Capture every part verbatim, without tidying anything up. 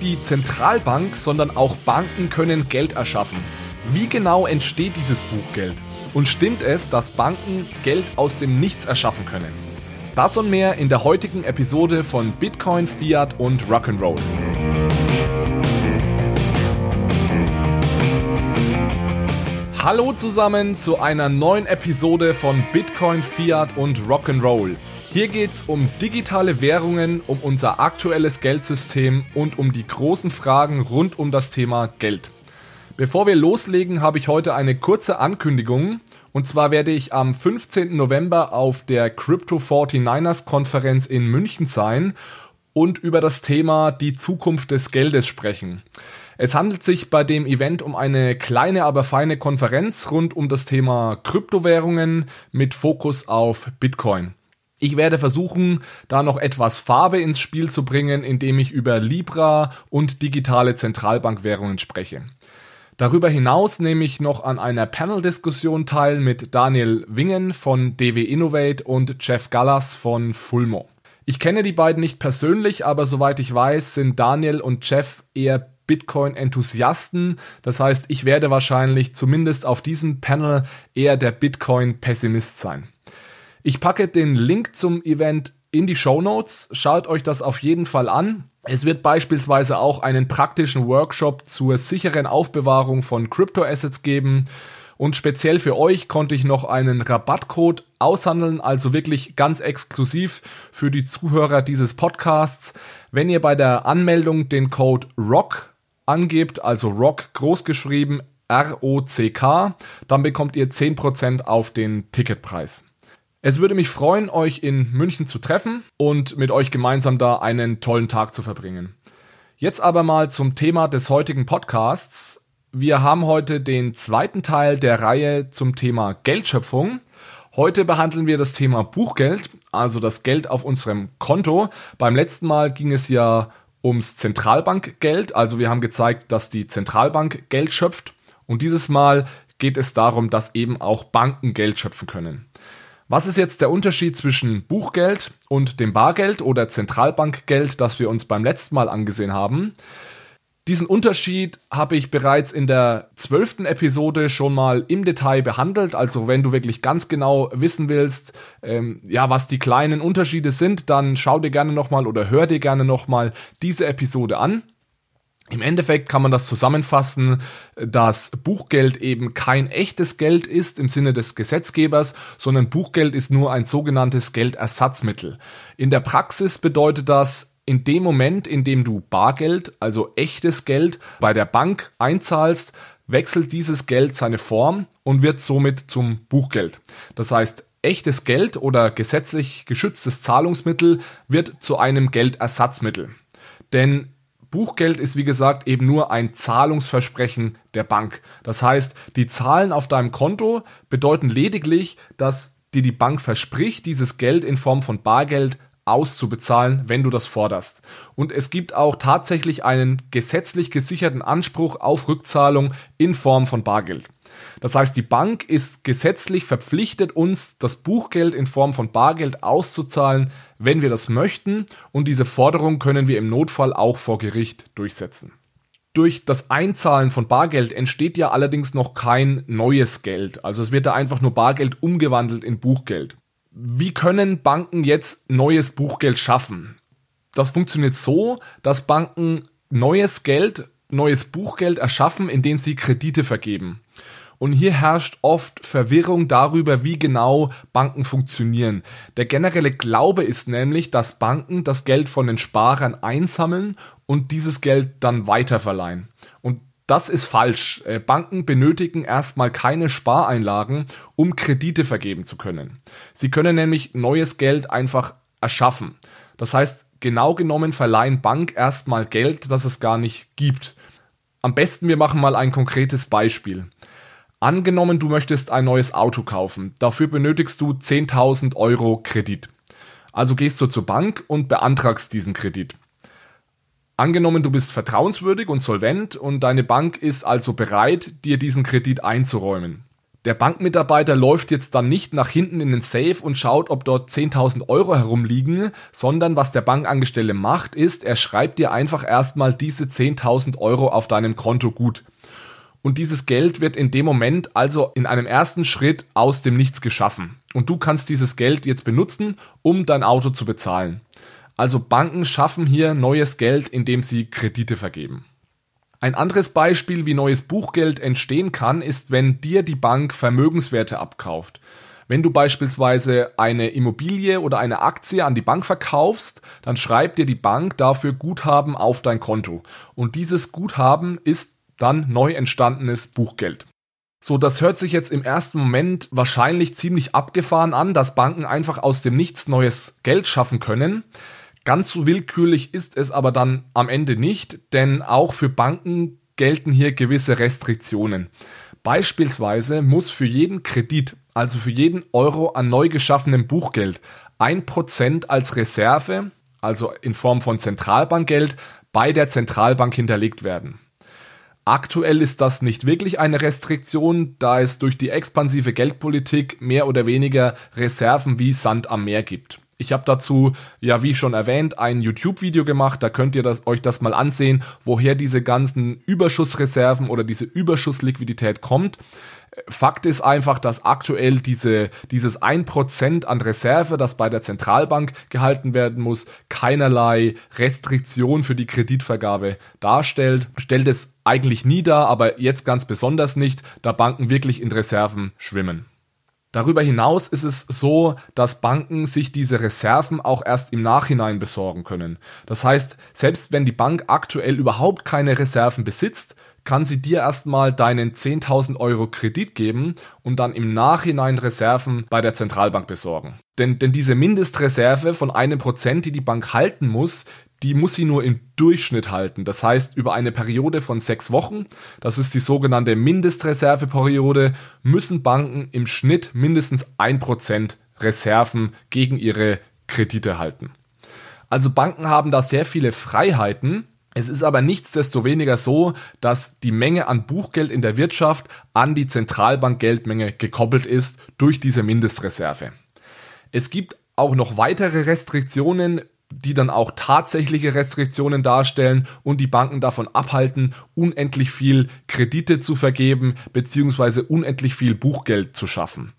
die Zentralbank, sondern auch Banken können Geld erschaffen. Wie genau entsteht dieses Buchgeld? Und stimmt es, dass Banken Geld aus dem Nichts erschaffen können? Das und mehr in der heutigen Episode von Bitcoin, Fiat und Rock'n'Roll. Hallo zusammen zu einer neuen Episode von Bitcoin, Fiat und Rock'n'Roll. Hier geht's um digitale Währungen, um unser aktuelles Geldsystem und um die großen Fragen rund um das Thema Geld. Bevor wir loslegen, habe ich heute eine kurze Ankündigung. Und zwar werde ich am fünfzehnten November auf der Crypto forty-niners Konferenz in München sein und über das Thema die Zukunft des Geldes sprechen. Es handelt sich bei dem Event um eine kleine, aber feine Konferenz rund um das Thema Kryptowährungen mit Fokus auf Bitcoin. Ich werde versuchen, da noch etwas Farbe ins Spiel zu bringen, indem ich über Libra und digitale Zentralbankwährungen spreche. Darüber hinaus nehme ich noch an einer Panel-Diskussion teil mit Daniel Wingen von D W Innovate und Jeff Gallas von Fulmo. Ich kenne die beiden nicht persönlich, aber soweit ich weiß, sind Daniel und Jeff eher Bitcoin-Enthusiasten. Das heißt, ich werde wahrscheinlich zumindest auf diesem Panel eher der Bitcoin-Pessimist sein. Ich packe den Link zum Event in die Shownotes. Schaut euch das auf jeden Fall an. Es wird beispielsweise auch einen praktischen Workshop zur sicheren Aufbewahrung von Kryptoassets geben. Und speziell für euch konnte ich noch einen Rabattcode aushandeln, also wirklich ganz exklusiv für die Zuhörer dieses Podcasts. Wenn ihr bei der Anmeldung den Code R O C angebt, also R O C großgeschrieben R O C K, dann bekommt ihr zehn Prozent auf den Ticketpreis. Es würde mich freuen, euch in München zu treffen und mit euch gemeinsam da einen tollen Tag zu verbringen. Jetzt aber mal zum Thema des heutigen Podcasts. Wir haben heute den zweiten Teil der Reihe zum Thema Geldschöpfung. Heute behandeln wir das Thema Buchgeld, also das Geld auf unserem Konto. Beim letzten Mal ging es ja ums Zentralbankgeld, also wir haben gezeigt, dass die Zentralbank Geld schöpft. Und dieses Mal geht es darum, dass eben auch Banken Geld schöpfen können. Was ist jetzt der Unterschied zwischen Buchgeld und dem Bargeld oder Zentralbankgeld, das wir uns beim letzten Mal angesehen haben? Diesen Unterschied habe ich bereits in der zwölften Episode schon mal im Detail behandelt. Also wenn du wirklich ganz genau wissen willst, ähm, ja, was die kleinen Unterschiede sind, dann schau dir gerne nochmal oder hör dir gerne nochmal diese Episode an. Im Endeffekt kann man das zusammenfassen, dass Buchgeld eben kein echtes Geld ist im Sinne des Gesetzgebers, sondern Buchgeld ist nur ein sogenanntes Geldersatzmittel. In der Praxis bedeutet das, in dem Moment, in dem du Bargeld, also echtes Geld, bei der Bank einzahlst, wechselt dieses Geld seine Form und wird somit zum Buchgeld. Das heißt, echtes Geld oder gesetzlich geschütztes Zahlungsmittel wird zu einem Geldersatzmittel. Denn Buchgeld ist wie gesagt eben nur ein Zahlungsversprechen der Bank. Das heißt, die Zahlen auf deinem Konto bedeuten lediglich, dass dir die Bank verspricht, dieses Geld in Form von Bargeld auszubezahlen, wenn du das forderst. Und es gibt auch tatsächlich einen gesetzlich gesicherten Anspruch auf Rückzahlung in Form von Bargeld. Das heißt, die Bank ist gesetzlich verpflichtet, uns das Buchgeld in Form von Bargeld auszuzahlen, wenn wir das möchten, und diese Forderung können wir im Notfall auch vor Gericht durchsetzen. Durch das Einzahlen von Bargeld entsteht ja allerdings noch kein neues Geld, also es wird da einfach nur Bargeld umgewandelt in Buchgeld. Wie können Banken jetzt neues Buchgeld schaffen? Das funktioniert so, dass Banken neues Geld, neues Buchgeld erschaffen, indem sie Kredite vergeben. Und hier herrscht oft Verwirrung darüber, wie genau Banken funktionieren. Der generelle Glaube ist nämlich, dass Banken das Geld von den Sparern einsammeln und dieses Geld dann weiterverleihen. Und das ist falsch. Banken benötigen erstmal keine Spareinlagen, um Kredite vergeben zu können. Sie können nämlich neues Geld einfach erschaffen. Das heißt, genau genommen verleihen Banken erstmal Geld, das es gar nicht gibt. Am besten, wir machen mal ein konkretes Beispiel. Angenommen, du möchtest ein neues Auto kaufen. Dafür benötigst du zehntausend Euro Kredit. Also gehst du zur Bank und beantragst diesen Kredit. Angenommen, du bist vertrauenswürdig und solvent und deine Bank ist also bereit, dir diesen Kredit einzuräumen. Der Bankmitarbeiter läuft jetzt dann nicht nach hinten in den Safe und schaut, ob dort zehntausend Euro herumliegen, sondern was der Bankangestellte macht, ist, er schreibt dir einfach erstmal diese zehntausend Euro auf deinem Konto gut. Und dieses Geld wird in dem Moment also in einem ersten Schritt aus dem Nichts geschaffen. Und du kannst dieses Geld jetzt benutzen, um dein Auto zu bezahlen. Also Banken schaffen hier neues Geld, indem sie Kredite vergeben. Ein anderes Beispiel, wie neues Buchgeld entstehen kann, ist, wenn dir die Bank Vermögenswerte abkauft. Wenn du beispielsweise eine Immobilie oder eine Aktie an die Bank verkaufst, dann schreibt dir die Bank dafür Guthaben auf dein Konto. Und dieses Guthaben ist dann neu entstandenes Buchgeld. So, das hört sich jetzt im ersten Moment wahrscheinlich ziemlich abgefahren an, dass Banken einfach aus dem Nichts neues Geld schaffen können. Ganz so willkürlich ist es aber dann am Ende nicht, denn auch für Banken gelten hier gewisse Restriktionen. Beispielsweise muss für jeden Kredit, also für jeden Euro an neu geschaffenem Buchgeld, ein Prozent als Reserve, also in Form von Zentralbankgeld, bei der Zentralbank hinterlegt werden. Aktuell ist das nicht wirklich eine Restriktion, da es durch die expansive Geldpolitik mehr oder weniger Reserven wie Sand am Meer gibt. Ich habe dazu, ja wie schon erwähnt, ein YouTube-Video gemacht, da könnt ihr das, euch das mal ansehen, woher diese ganzen Überschussreserven oder diese Überschussliquidität kommt. Fakt ist einfach, dass aktuell diese, dieses ein Prozent an Reserve, das bei der Zentralbank gehalten werden muss, keinerlei Restriktion für die Kreditvergabe darstellt. Stellt es eigentlich nie dar, aber jetzt ganz besonders nicht, da Banken wirklich in Reserven schwimmen. Darüber hinaus ist es so, dass Banken sich diese Reserven auch erst im Nachhinein besorgen können. Das heißt, selbst wenn die Bank aktuell überhaupt keine Reserven besitzt, kann sie dir erstmal deinen zehntausend Euro Kredit geben und dann im Nachhinein Reserven bei der Zentralbank besorgen. Denn, denn diese Mindestreserve von einem Prozent, die die Bank halten muss, die muss sie nur im Durchschnitt halten. Das heißt, über eine Periode von sechs Wochen, das ist die sogenannte Mindestreserveperiode, müssen Banken im Schnitt mindestens ein Prozent Reserven gegen ihre Kredite halten. Also Banken haben da sehr viele Freiheiten. Es ist aber nichtsdestoweniger so, dass die Menge an Buchgeld in der Wirtschaft an die Zentralbankgeldmenge gekoppelt ist durch diese Mindestreserve. Es gibt auch noch weitere Restriktionen, die dann auch tatsächliche Restriktionen darstellen und die Banken davon abhalten, unendlich viel Kredite zu vergeben bzw. unendlich viel Buchgeld zu schaffen.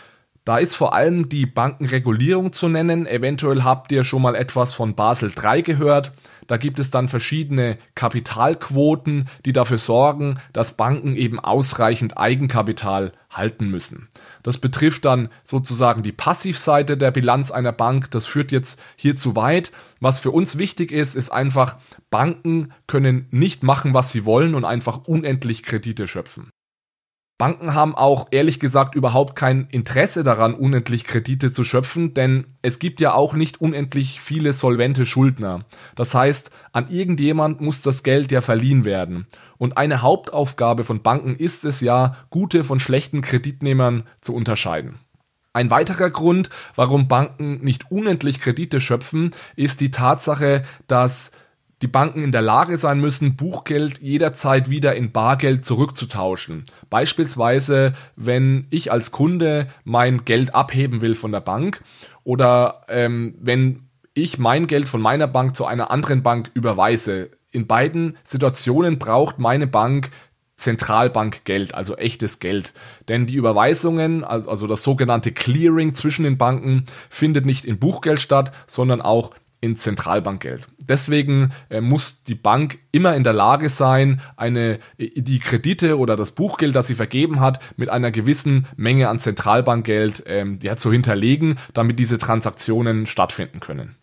Da ist vor allem die Bankenregulierung zu nennen. Eventuell habt ihr schon mal etwas von Basel drei gehört. Da gibt es dann verschiedene Kapitalquoten, die dafür sorgen, dass Banken eben ausreichend Eigenkapital halten müssen. Das betrifft dann sozusagen die Passivseite der Bilanz einer Bank. Das führt jetzt hier zu weit. Was für uns wichtig ist, ist einfach, Banken können nicht machen, was sie wollen und einfach unendlich Kredite schöpfen. Banken haben auch ehrlich gesagt überhaupt kein Interesse daran, unendlich Kredite zu schöpfen, denn es gibt ja auch nicht unendlich viele solvente Schuldner. Das heißt, an irgendjemand muss das Geld ja verliehen werden. Und eine Hauptaufgabe von Banken ist es ja, gute von schlechten Kreditnehmern zu unterscheiden. Ein weiterer Grund, warum Banken nicht unendlich Kredite schöpfen, ist die Tatsache, dass die Banken in der Lage sein müssen, Buchgeld jederzeit wieder in Bargeld zurückzutauschen. Beispielsweise, wenn ich als Kunde mein Geld abheben will von der Bank oder ähm, wenn ich mein Geld von meiner Bank zu einer anderen Bank überweise. In beiden Situationen braucht meine Bank Zentralbankgeld, also echtes Geld. Denn die Überweisungen, also, also das sogenannte Clearing zwischen den Banken, findet nicht in Buchgeld statt, sondern auch in Zentralbankgeld. Deswegen äh, muss die Bank immer in der Lage sein, eine, die Kredite oder das Buchgeld, das sie vergeben hat, mit einer gewissen Menge an Zentralbankgeld ähm, ja, zu hinterlegen, damit diese Transaktionen stattfinden können.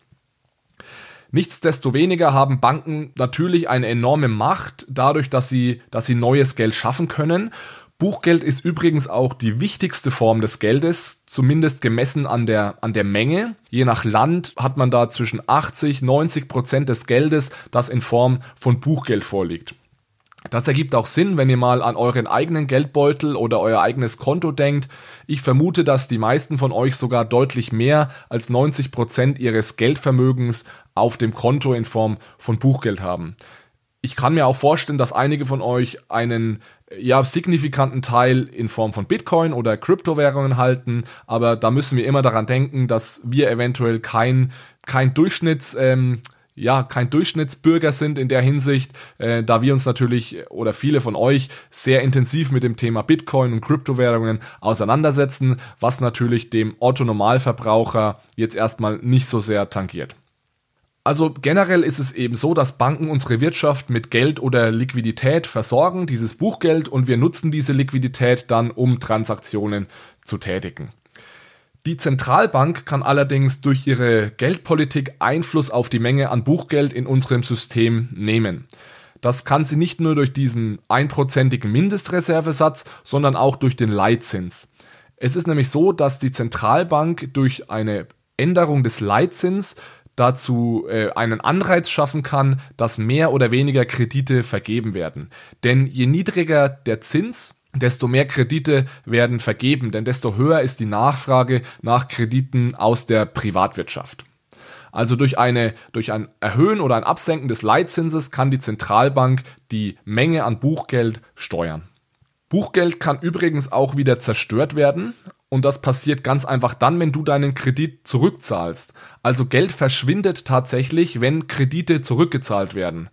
Nichtsdestoweniger haben Banken natürlich eine enorme Macht, dadurch, dass sie, dass sie neues Geld schaffen können. Buchgeld ist übrigens auch die wichtigste Form des Geldes, zumindest gemessen an der, an der Menge. Je nach Land hat man da zwischen achtzig und neunzig Prozent des Geldes, das in Form von Buchgeld vorliegt. Das ergibt auch Sinn, wenn ihr mal an euren eigenen Geldbeutel oder euer eigenes Konto denkt. Ich vermute, dass die meisten von euch sogar deutlich mehr als neunzig Prozent ihres Geldvermögens auf dem Konto in Form von Buchgeld haben. Ich kann mir auch vorstellen, dass einige von euch einen ja, signifikanten Teil in Form von Bitcoin oder Kryptowährungen halten, aber da müssen wir immer daran denken, dass wir eventuell kein, kein Durchschnitts, ähm, ja, kein Durchschnittsbürger sind in der Hinsicht, äh, da wir uns natürlich oder viele von euch sehr intensiv mit dem Thema Bitcoin und Kryptowährungen auseinandersetzen, was natürlich dem Otto-Normalverbraucher jetzt erstmal nicht so sehr tangiert. Also generell ist es eben so, dass Banken unsere Wirtschaft mit Geld oder Liquidität versorgen, dieses Buchgeld, und wir nutzen diese Liquidität dann, um Transaktionen zu tätigen. Die Zentralbank kann allerdings durch ihre Geldpolitik Einfluss auf die Menge an Buchgeld in unserem System nehmen. Das kann sie nicht nur durch diesen einprozentigen Mindestreservesatz, sondern auch durch den Leitzins. Es ist nämlich so, dass die Zentralbank durch eine Änderung des Leitzins dazu äh, einen Anreiz schaffen kann, dass mehr oder weniger Kredite vergeben werden. Denn je niedriger der Zins, desto mehr Kredite werden vergeben, denn desto höher ist die Nachfrage nach Krediten aus der Privatwirtschaft. Also durch, eine, durch ein Erhöhen oder ein Absenken des Leitzinses kann die Zentralbank die Menge an Buchgeld steuern. Buchgeld kann übrigens auch wieder zerstört werden. Und das passiert ganz einfach dann, wenn du deinen Kredit zurückzahlst. Also Geld verschwindet tatsächlich, wenn Kredite zurückgezahlt werden.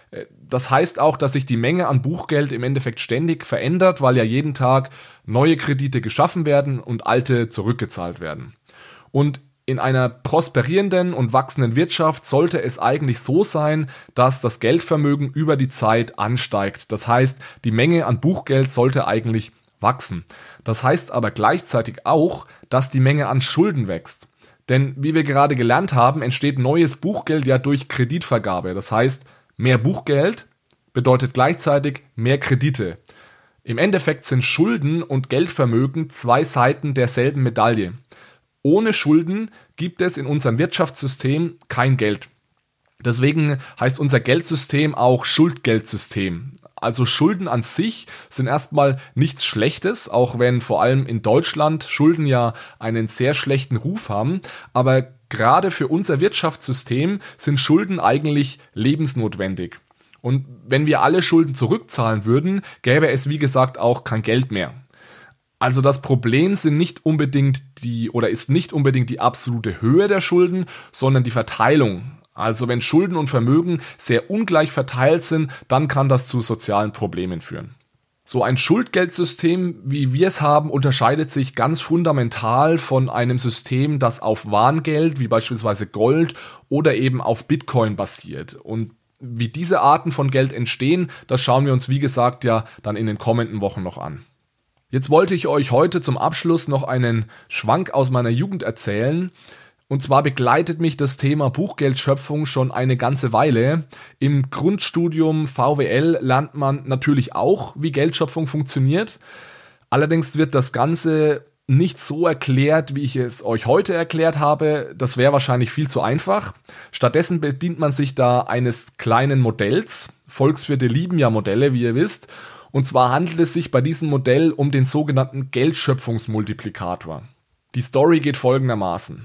Das heißt auch, dass sich die Menge an Buchgeld im Endeffekt ständig verändert, weil ja jeden Tag neue Kredite geschaffen werden und alte zurückgezahlt werden. Und in einer prosperierenden und wachsenden Wirtschaft sollte es eigentlich so sein, dass das Geldvermögen über die Zeit ansteigt. Das heißt, die Menge an Buchgeld sollte eigentlich wachsen. Das heißt aber gleichzeitig auch, dass die Menge an Schulden wächst. Denn wie wir gerade gelernt haben, entsteht neues Buchgeld ja durch Kreditvergabe. Das heißt, mehr Buchgeld bedeutet gleichzeitig mehr Kredite. Im Endeffekt sind Schulden und Geldvermögen zwei Seiten derselben Medaille. Ohne Schulden gibt es in unserem Wirtschaftssystem kein Geld. Deswegen heißt unser Geldsystem auch Schuldgeldsystem. Also Schulden an sich sind erstmal nichts Schlechtes, auch wenn vor allem in Deutschland Schulden ja einen sehr schlechten Ruf haben. Aber gerade für unser Wirtschaftssystem sind Schulden eigentlich lebensnotwendig. Und wenn wir alle Schulden zurückzahlen würden, gäbe es wie gesagt auch kein Geld mehr. Also das Problem sind nicht unbedingt die oder ist nicht unbedingt die absolute Höhe der Schulden, sondern die Verteilung. Also wenn Schulden und Vermögen sehr ungleich verteilt sind, dann kann das zu sozialen Problemen führen. So ein Schuldgeldsystem, wie wir es haben, unterscheidet sich ganz fundamental von einem System, das auf Warngeld, wie beispielsweise Gold oder eben auf Bitcoin basiert. Und wie diese Arten von Geld entstehen, das schauen wir uns wie gesagt ja dann in den kommenden Wochen noch an. Jetzt wollte ich euch heute zum Abschluss noch einen Schwank aus meiner Jugend erzählen. Und zwar begleitet mich das Thema Buchgeldschöpfung schon eine ganze Weile. Im Grundstudium V W L lernt man natürlich auch, wie Geldschöpfung funktioniert. Allerdings wird das Ganze nicht so erklärt, wie ich es euch heute erklärt habe. Das wäre wahrscheinlich viel zu einfach. Stattdessen bedient man sich da eines kleinen Modells. Volkswirte lieben ja Modelle, wie ihr wisst. Und zwar handelt es sich bei diesem Modell um den sogenannten Geldschöpfungsmultiplikator. Die Story geht folgendermaßen.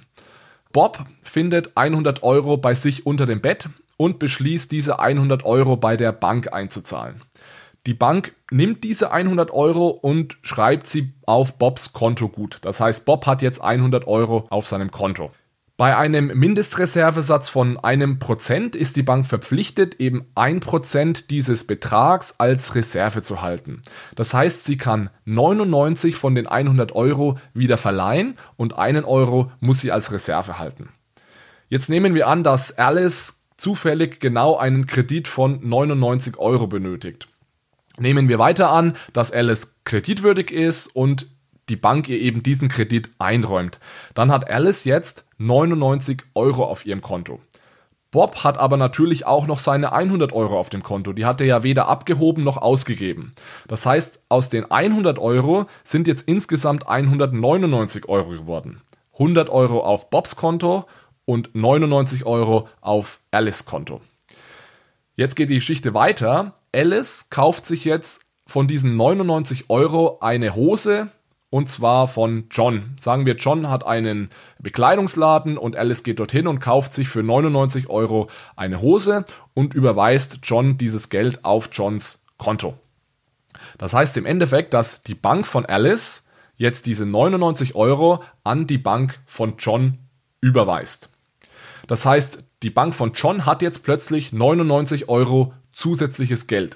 Bob findet hundert Euro bei sich unter dem Bett und beschließt, diese hundert Euro bei der Bank einzuzahlen. Die Bank nimmt diese hundert Euro und schreibt sie auf Bobs Konto gut. Das heißt, Bob hat jetzt hundert Euro auf seinem Konto. Bei einem Mindestreservesatz von einem Prozent ist die Bank verpflichtet, eben ein Prozent dieses Betrags als Reserve zu halten. Das heißt, sie kann neunundneunzig von den hundert Euro wieder verleihen und einen Euro muss sie als Reserve halten. Jetzt nehmen wir an, dass Alice zufällig genau einen Kredit von neunundneunzig Euro benötigt. Nehmen wir weiter an, dass Alice kreditwürdig ist und die Bank ihr eben diesen Kredit einräumt. Dann hat Alice jetzt neunundneunzig Euro auf ihrem Konto. Bob hat aber natürlich auch noch seine hundert Euro auf dem Konto. Die hat er ja weder abgehoben noch ausgegeben. Das heißt, aus den hundert Euro sind jetzt insgesamt hundertneunundneunzig Euro geworden. hundert Euro auf Bobs Konto und neunundneunzig Euro auf Alice Konto. Jetzt geht die Geschichte weiter. Alice kauft sich jetzt von diesen neunundneunzig Euro eine Hose und zwar von John. Sagen wir, John hat einen Bekleidungsladen und Alice geht dorthin und kauft sich für neunundneunzig Euro eine Hose und überweist John dieses Geld auf Johns Konto. Das heißt im Endeffekt, dass die Bank von Alice jetzt diese neunundneunzig Euro an die Bank von John überweist. Das heißt, die Bank von John hat jetzt plötzlich neunundneunzig Euro zusätzliches Geld.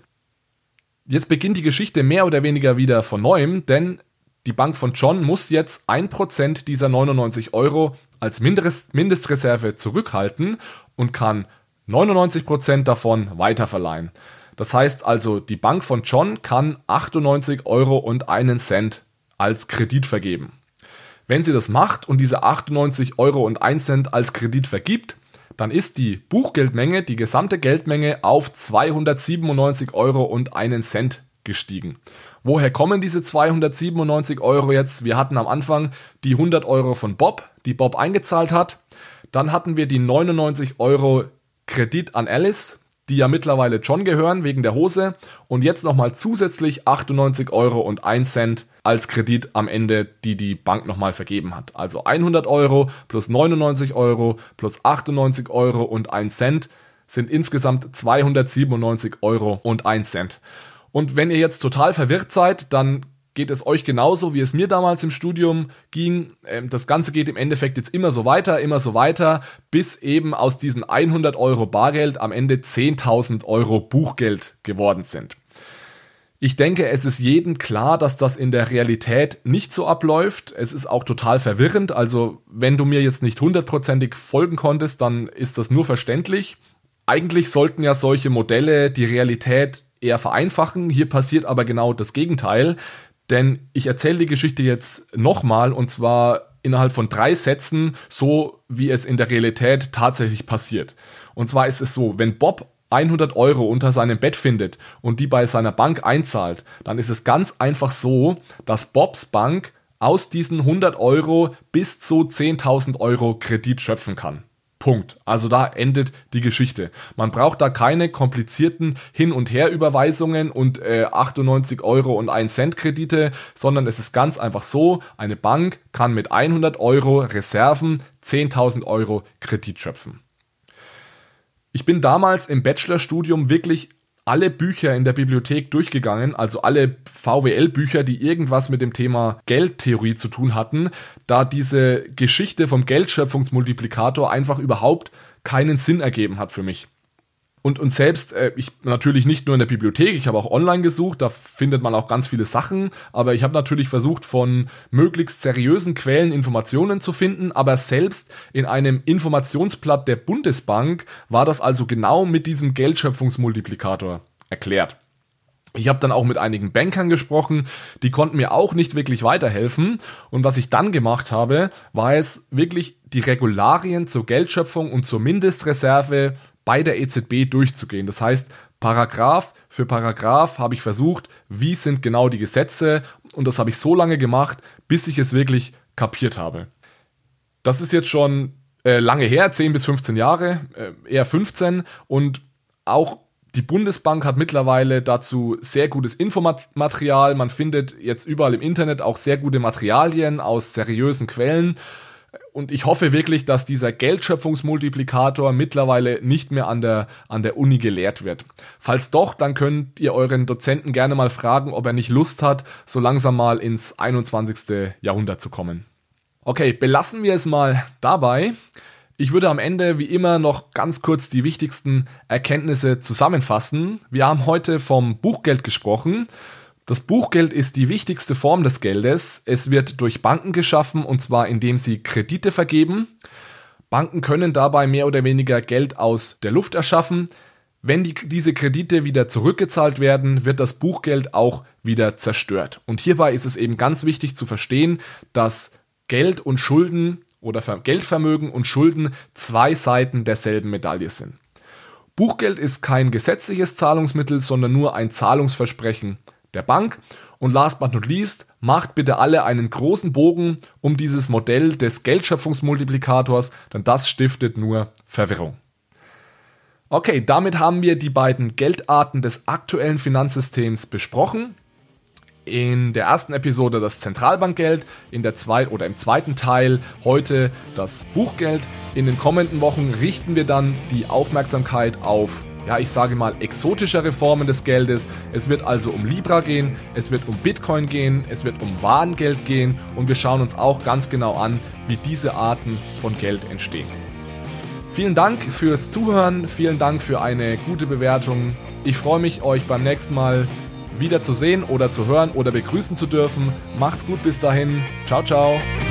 Jetzt beginnt die Geschichte mehr oder weniger wieder von neuem, denn die Bank von John muss jetzt ein Prozent dieser neunundneunzig Euro als Mindestreserve zurückhalten und kann neunundneunzig Prozent davon weiterverleihen. Das heißt also, die Bank von John kann achtundneunzig Euro und einen Cent als Kredit vergeben. Wenn sie das macht und diese achtundneunzig Euro und einen Cent als Kredit vergibt, dann ist die Buchgeldmenge, die gesamte Geldmenge auf zweihundertsiebenundneunzig Euro und einen Cent gestiegen. Woher kommen diese zweihundertsiebenundneunzig Euro jetzt? Wir hatten am Anfang die hundert Euro von Bob, die Bob eingezahlt hat. Dann hatten wir die neunundneunzig Euro Kredit an Alice, die ja mittlerweile John gehören wegen der Hose. Und jetzt nochmal zusätzlich achtundneunzig Euro und einen Cent als Kredit am Ende, die die Bank nochmal vergeben hat. Also hundert Euro plus neunundneunzig Euro plus achtundneunzig Euro und einen Cent sind insgesamt zweihundertsiebenundneunzig Euro und einen Cent. Und wenn ihr jetzt total verwirrt seid, dann geht es euch genauso, wie es mir damals im Studium ging. Das Ganze geht im Endeffekt jetzt immer so weiter, immer so weiter, bis eben aus diesen hundert Euro Bargeld am Ende zehntausend Euro Buchgeld geworden sind. Ich denke, es ist jedem klar, dass das in der Realität nicht so abläuft. Es ist auch total verwirrend. Also wenn du mir jetzt nicht hundertprozentig folgen konntest, dann ist das nur verständlich. Eigentlich sollten ja solche Modelle die Realität eher vereinfachen. Hier passiert aber genau das Gegenteil. Denn ich erzähle die Geschichte jetzt nochmal und zwar innerhalb von drei Sätzen, so wie es in der Realität tatsächlich passiert. Und zwar ist es so, wenn Bob hundert Euro unter seinem Bett findet und die bei seiner Bank einzahlt, dann ist es ganz einfach so, dass Bobs Bank aus diesen hundert Euro bis zu zehntausend Euro Kredit schöpfen kann. Punkt. Also da endet die Geschichte. Man braucht da keine komplizierten Hin- und Her-Überweisungen und äh, achtundneunzig Euro und einen Cent Kredite, sondern es ist ganz einfach so, eine Bank kann mit hundert Euro Reserven zehntausend Euro Kredit schöpfen. Ich bin damals im Bachelorstudium wirklich alle Bücher in der Bibliothek durchgegangen, also alle V W L-Bücher, die irgendwas mit dem Thema Geldtheorie zu tun hatten, da diese Geschichte vom Geldschöpfungsmultiplikator einfach überhaupt keinen Sinn ergeben hat für mich. Und, und selbst, äh, ich natürlich nicht nur in der Bibliothek, ich habe auch online gesucht, da findet man auch ganz viele Sachen, aber ich habe natürlich versucht, von möglichst seriösen Quellen Informationen zu finden, aber selbst in einem Informationsblatt der Bundesbank war das also genau mit diesem Geldschöpfungsmultiplikator erklärt. Ich habe dann auch mit einigen Bankern gesprochen, die konnten mir auch nicht wirklich weiterhelfen und was ich dann gemacht habe, war es wirklich die Regularien zur Geldschöpfung und zur Mindestreserve bei der E Z B durchzugehen. Das heißt, Paragraph für Paragraph habe ich versucht, wie sind genau die Gesetze und das habe ich so lange gemacht, bis ich es wirklich kapiert habe. Das ist jetzt schon äh, lange her, zehn bis fünfzehn Jahre, äh, eher fünfzehn und auch die Bundesbank hat mittlerweile dazu sehr gutes Infomaterial. Man findet jetzt überall im Internet auch sehr gute Materialien aus seriösen Quellen. Und ich hoffe wirklich, dass dieser Geldschöpfungsmultiplikator mittlerweile nicht mehr an der, an der Uni gelehrt wird. Falls doch, dann könnt ihr euren Dozenten gerne mal fragen, ob er nicht Lust hat, so langsam mal ins einundzwanzigste Jahrhundert zu kommen. Okay, belassen wir es mal dabei. Ich würde am Ende wie immer noch ganz kurz die wichtigsten Erkenntnisse zusammenfassen. Wir haben heute vom Buchgeld gesprochen. Das Buchgeld ist die wichtigste Form des Geldes. Es wird durch Banken geschaffen und zwar indem sie Kredite vergeben. Banken können dabei mehr oder weniger Geld aus der Luft erschaffen. Wenn die, diese Kredite wieder zurückgezahlt werden, wird das Buchgeld auch wieder zerstört. Und hierbei ist es eben ganz wichtig zu verstehen, dass Geld und Schulden oder Geldvermögen und Schulden zwei Seiten derselben Medaille sind. Buchgeld ist kein gesetzliches Zahlungsmittel, sondern nur ein Zahlungsversprechen der Bank. Und last but not least, macht bitte alle einen großen Bogen um dieses Modell des Geldschöpfungsmultiplikators, denn das stiftet nur Verwirrung. Okay, damit haben wir die beiden Geldarten des aktuellen Finanzsystems besprochen. In der ersten Episode das Zentralbankgeld, in der zweiten oder im zweiten Teil heute das Buchgeld. In den kommenden Wochen richten wir dann die Aufmerksamkeit auf, ja, ich sage mal, exotischere Formen des Geldes. Es wird also um Libra gehen, es wird um Bitcoin gehen, es wird um Warengeld gehen und wir schauen uns auch ganz genau an, wie diese Arten von Geld entstehen. Vielen Dank fürs Zuhören, vielen Dank für eine gute Bewertung. Ich freue mich, euch beim nächsten Mal wieder zu sehen oder zu hören oder begrüßen zu dürfen. Macht's gut bis dahin. Ciao, ciao.